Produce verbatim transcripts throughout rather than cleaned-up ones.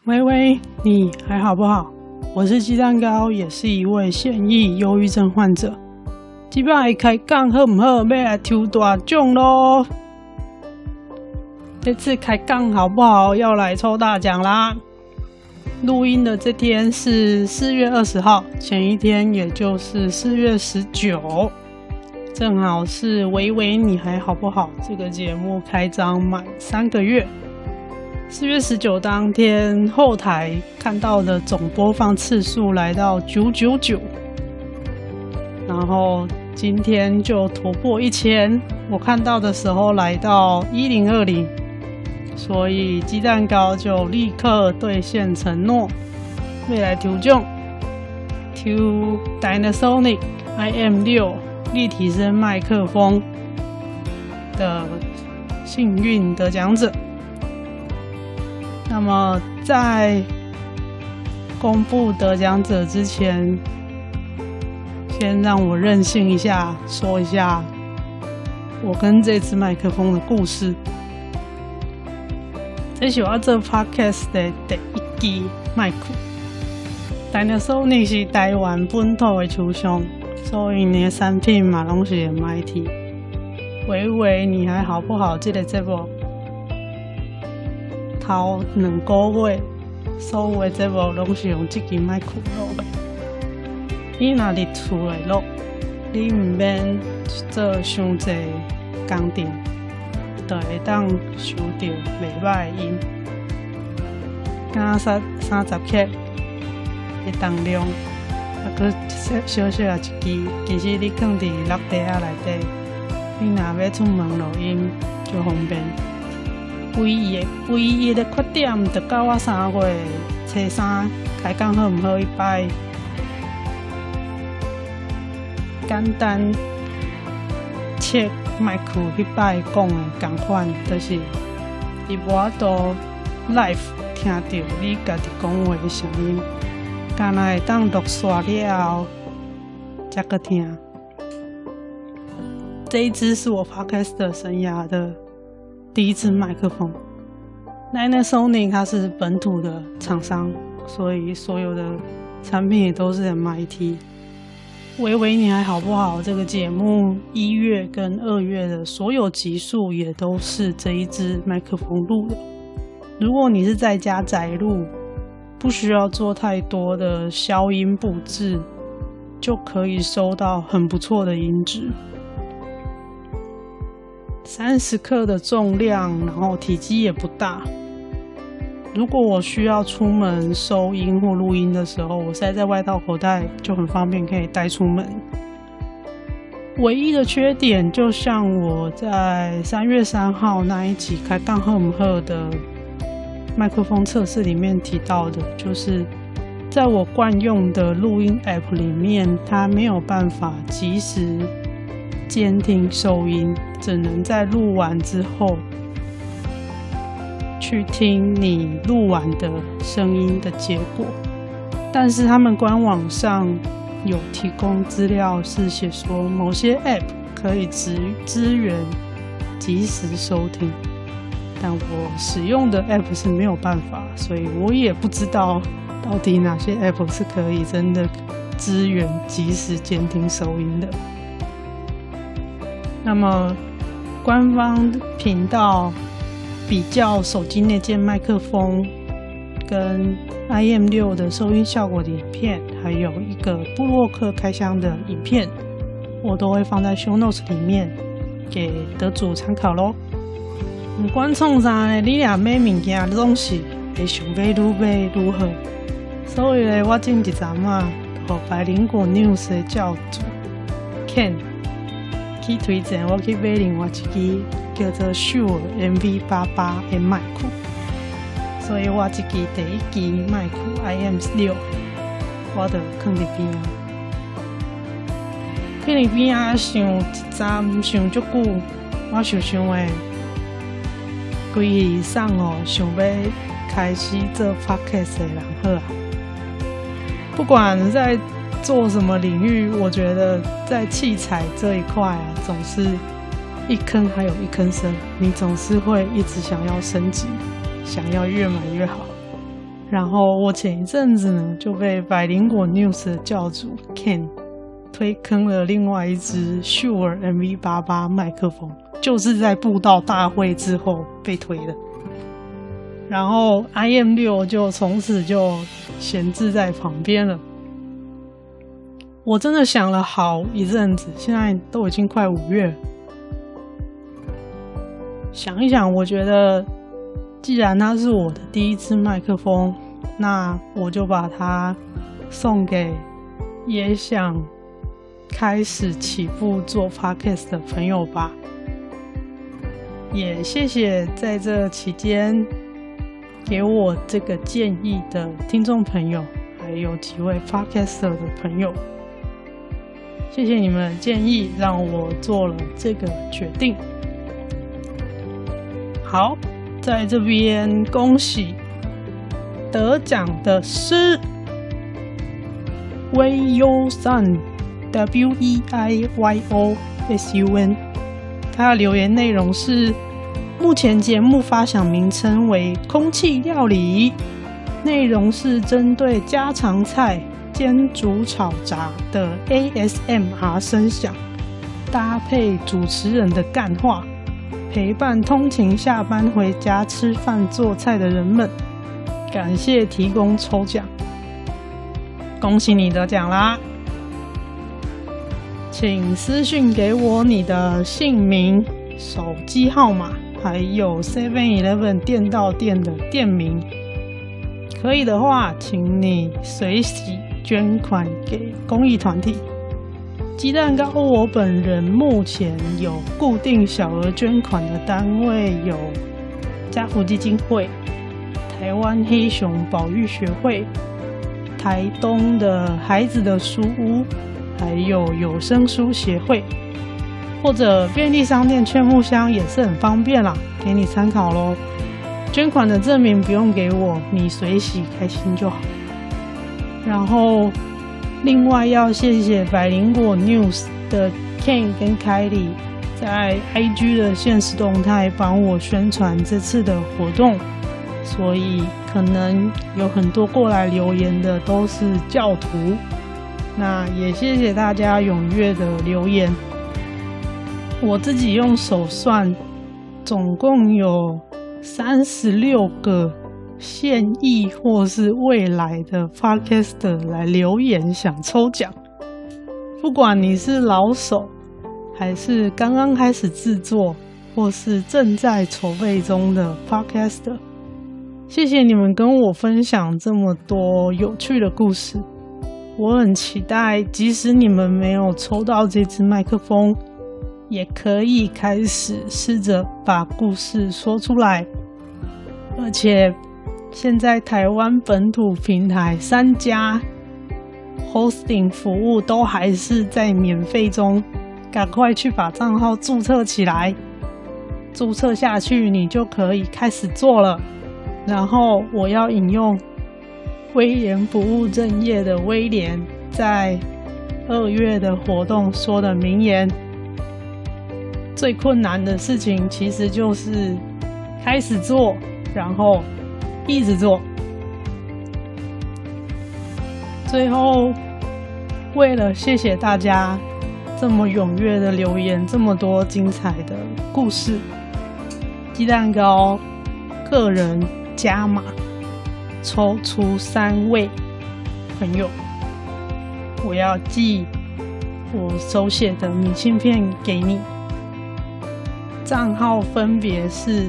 喂喂，你还好不好？我是鸡蛋糕，也是一位现役忧郁症患者。这摆开讲好不好？要来抽大奖咯！这次开杠好不好？要来抽大奖啦！录音的这天是四月二十号，前一天也就是四月十九，正好是喂喂你还好不好这个节目开张满三个月。四月十九当天，后台看到的总播放次数来到九百九十九，然后今天就突破一千。我看到的时候来到一零二零，所以鸡蛋糕就立刻兑现承诺，未来抽奖抽 Dynasonic I M 六 立体声麦克风的幸运得奖者。那么在公布得奖者之前，先让我任性一下，说一下我跟这支麦克风的故事。这是我做 podcast 的第一支麦克 Dynasonic 是台湾本土的厂商，所以你的产品嘛拢是 M I T。 喂喂你还好不好这个节目头两个月所有的节目拢是用这支麦克录的。你若伫厝内录，你毋免做伤济工程，就会当收到袂歹的音。敢三三十克的重量，啊，佮小小啊一支，其实你放伫落地仔内底，你若要出门录音就方便。唯一的唯一的缺点，就到我三月初三开讲好毋好？一摆简单切麦克迄摆讲的同款，就是伊无法度 live 听到你家己讲话的声音，敢若会当录煞了后才去听。这一支是我 podcast 生涯的第一支麦克风。 Dynasonic 它是本土的厂商，所以所有的产品也都是 M I T。 喂喂你还好不好这个节目一月跟二月的所有集数也都是这一支麦克风录的。如果你是在家宅录，不需要做太多的消音布置，就可以收到很不错的音质。三十克的重量，然后体积也不大。如果我需要出门收音或录音的时候，我塞在外套口袋就很方便，可以带出门。唯一的缺点，就像我在三月三号那一集开杠好唔好的麦克风测试里面提到的，就是在我惯用的录音 App 里面，它没有办法及时监听收音，只能在录完之后去听你录完的声音的结果。但是他们官网上有提供资料，是写说某些 App 可以支支援即时收听，但我使用的 App 是没有办法，所以我也不知道到底哪些 App 是可以真的支援即时监听收音的。那么官方频道比较手机内建麦克风跟 I M 六 的收音效果的影片，还有一个部落客开箱的影片，我都会放在 show notes 里面给得主参考咯。不管创啥，你若买物件总是会想买愈买愈好，所以咧，我前一阵啊，和百灵果 News 的教主 Ken去推荐我去买另外一支叫做 Shure M V 八十八 的麦克，所以我这支第一支麦克 I M 六，我就放伫边啊。放伫边啊，想一站想足久，我想想诶，规日送哦，想要开始做 podcast 的人好啊。不管在做什么领域，我觉得在器材这一块啊，总是一坑还有一坑深，你总是会一直想要升级，想要越买越好。 然后我前一阵子呢就被百灵果 News 的教主 Ken 推坑了另外一支 Shure M V 八十八 麦克风，就是在布道大会之后被推的。然后 I M 六 就从此就闲置在旁边了。我真的想了好一阵子，现在都已经快五月了。想一想，我觉得既然它是我的第一支麦克风，那我就把它送给也想开始起步做 podcast 的朋友吧。也谢谢在这期间给我这个建议的听众朋友，还有几位 podcaster 的朋友，谢谢你们的建议，让我做了这个决定。好，在这边恭喜得奖的是 Weiyosun W E I Y O S U N， 他的留言内容是：目前节目发想名称为空气料理，内容是针对家常菜煎煮炒炸的 A S M R 声响，搭配主持人的干话，陪伴通勤下班回家吃饭做菜的人们。感谢提供抽奖，恭喜你得奖啦！请私讯给我你的姓名、手机号码，还有 seven eleven 店到店的店名。可以的话，请你随喜捐款给公益团体。鸡蛋糕我本人目前有固定小额捐款的单位有家福基金会、台湾黑熊保育学会、台东的孩子的书屋，还有有声书协会，或者便利商店劝募箱也是很方便啦，给你参考咯。捐款的证明不用给我，你随喜开心就好。然后另外要谢谢百灵果 News 的 Ken 跟 Kylie 在 I G 的限时动态帮我宣传这次的活动，所以可能有很多过来留言的都是教徒，那也谢谢大家踊跃的留言。我自己用手算，总共有三十六个现役或是未来的 podcaster 来留言想抽奖。不管你是老手，还是刚刚开始制作，或是正在筹备中的 podcaster， 谢谢你们跟我分享这么多有趣的故事。我很期待，即使你们没有抽到这支麦克风，也可以开始试着把故事说出来。而且现在台湾本土平台三家 hosting 服务都还是在免费中，赶快去把账号注册起来，注册下去你就可以开始做了。然后我要引用威廉不务正业的威廉在二月的活动说的名言：最困难的事情其实就是开始做，然后一直做。最后，为了谢谢大家这么踊跃的留言，这么多精彩的故事，鸡蛋糕个人加码抽出三位朋友，我要寄我手写的明信片给你。账号分别是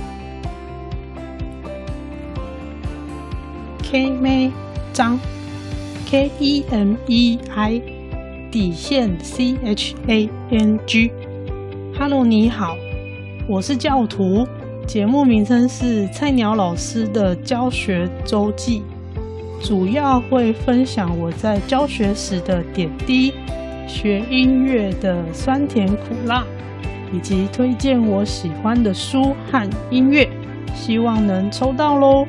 K 妹张 K E M E I 底线 C H A N G。 Hello 你好，我是教徒，节目名称是菜鸟老师的教学周记，主要会分享我在教学时的点滴，学音乐的酸甜苦辣，以及推荐我喜欢的书和音乐，希望能抽到咯。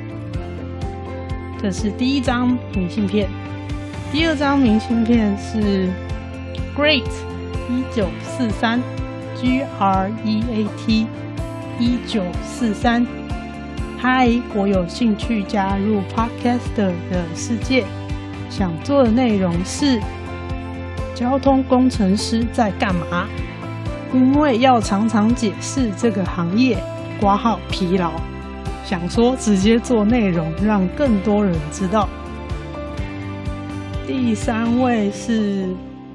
这是第一张明信片。第二张明信片是 Great 一九四三 G R E A T 一九四三， 嗨，我有兴趣加入 Podcaster 的世界，想做的内容是交通工程师在干嘛？因为要常常解释这个行业，括号疲劳，想说直接做内容，让更多人知道。第三位是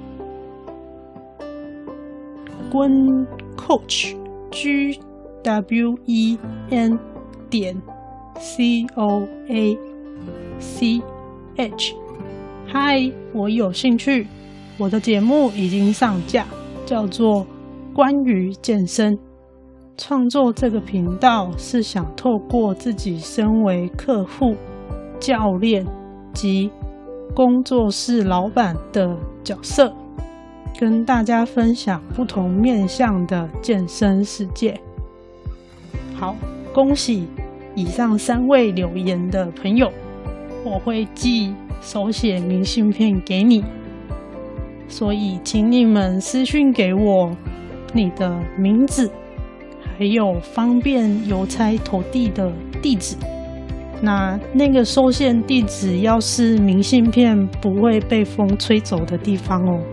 Gwen Coach G W E N 点 C O A C H。 嗨，我有兴趣，我的节目已经上架，叫做关于健身。创作这个频道是想透过自己身为客户、教练及工作室老板的角色，跟大家分享不同面向的健身世界。好，恭喜以上三位留言的朋友，我会寄手写明信片给你，所以请你们私讯给我你的名字，还有方便邮差投递的地址。那那个收件地址要是明信片不会被风吹走的地方哦。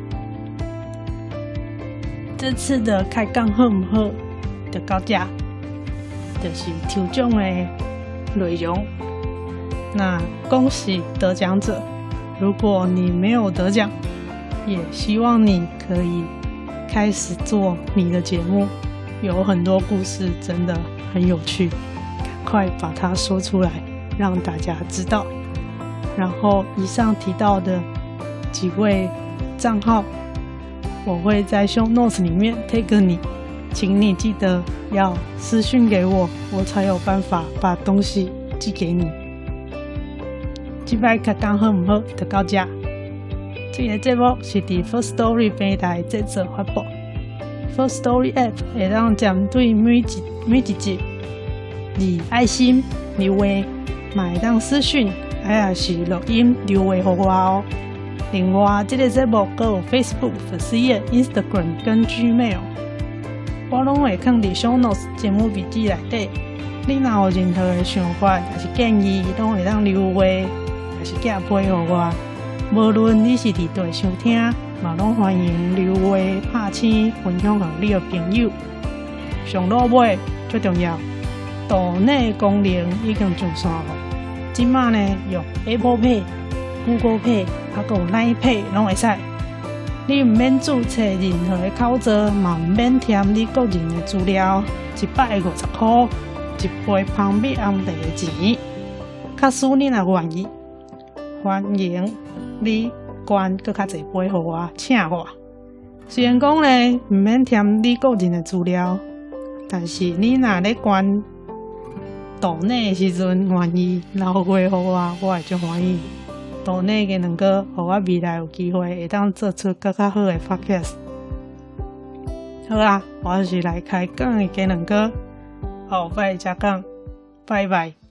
这次的开讲好不好就到这，就是抽奖的内容。那恭喜得奖者，如果你没有得奖，也希望你可以开始做你的节目，有很多故事真的很有趣，赶快把它说出来让大家知道。然后以上提到的几位账号我会在 show notes 里面 tag 你，请你记得要私讯给我，我才有办法把东西寄给你。这摆开讲好不好就到这。这个节目是伫 First Story 平台制作发布。First Story App 会让针对每一每一集以爱心留言，嘛会当私讯，还也是录音留言给我哦。另外，这个节目还有 Facebook 粉丝页、Instagram 跟 Gmail， 我拢会放伫 show notes 节目笔记内底。你若有任何的想法，还是建议，拢会当留言，还是寄批给我。无论你是伫佗收听，嘛拢欢迎留言、拍星、分享给你的朋友。上落尾最重要，岛内功能已经上线了。即马呢，用 Apple Pay、Google Pay， 还有 Line Pay 拢会使。你唔免注册任何的口罩，嘛唔免填你个人的资料，一百五十块，一杯芳米红茶的钱。假使你若愿意，欢迎你捐搁较侪杯给我，请我。虽然讲咧唔免填你个人的资料，但是你若咧捐岛内的时阵愿意留话给我，我会足欢喜。岛内嘅两个，互我未来有机会会当做出更较好的 podcast。好啦，我是来开讲的嘅两个，后摆再讲，拜拜。